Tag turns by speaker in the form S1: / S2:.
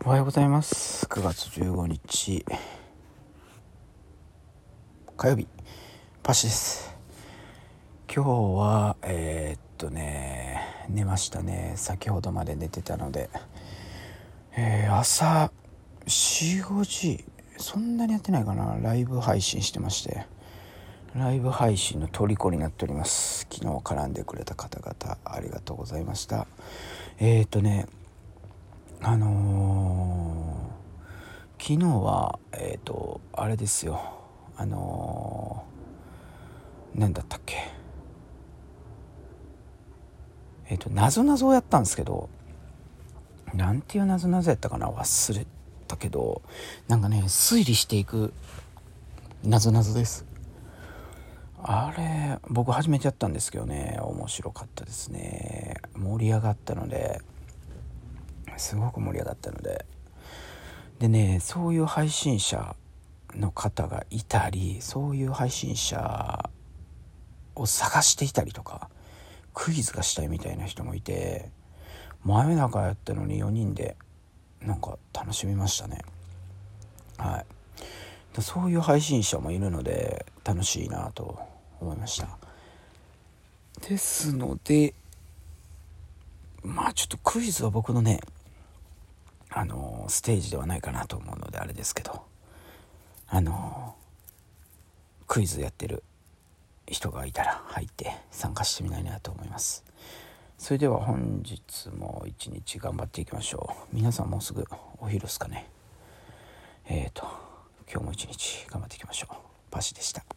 S1: おはようございます。9月15日火曜日、パシです。今日は寝ましたね。先ほどまで寝てたので、朝 4,5 時そんなにやってないかな、ライブ配信してまして、ライブ配信の虜になっております。昨日絡んでくれた方々ありがとうございました。昨日はあれですよ、何だったっけ、なぞなぞをやったんですけど、なんていうなぞなぞやったかな、忘れたけど、なんかね、推理していくなぞなぞです。あれ僕初めてやったんですけどね、面白かったですね。盛り上がったので、すごく盛り上がったので、でね、そういう配信者の方がいたり、そういう配信者を探していたりとか、クイズがしたいみたいな人もいて、真夜中やったのに4人でなんか楽しみましたね。はい。そういう配信者もいるので楽しいなと思いました。ですので、ちょっとクイズは僕のね、ステージではないかなと思うのであれですけど、クイズやってる人がいたら入って参加してみたいなと思います。それでは本日も一日頑張っていきましょう。皆さんもうすぐお昼ですかね。今日も一日頑張っていきましょう。パシでした。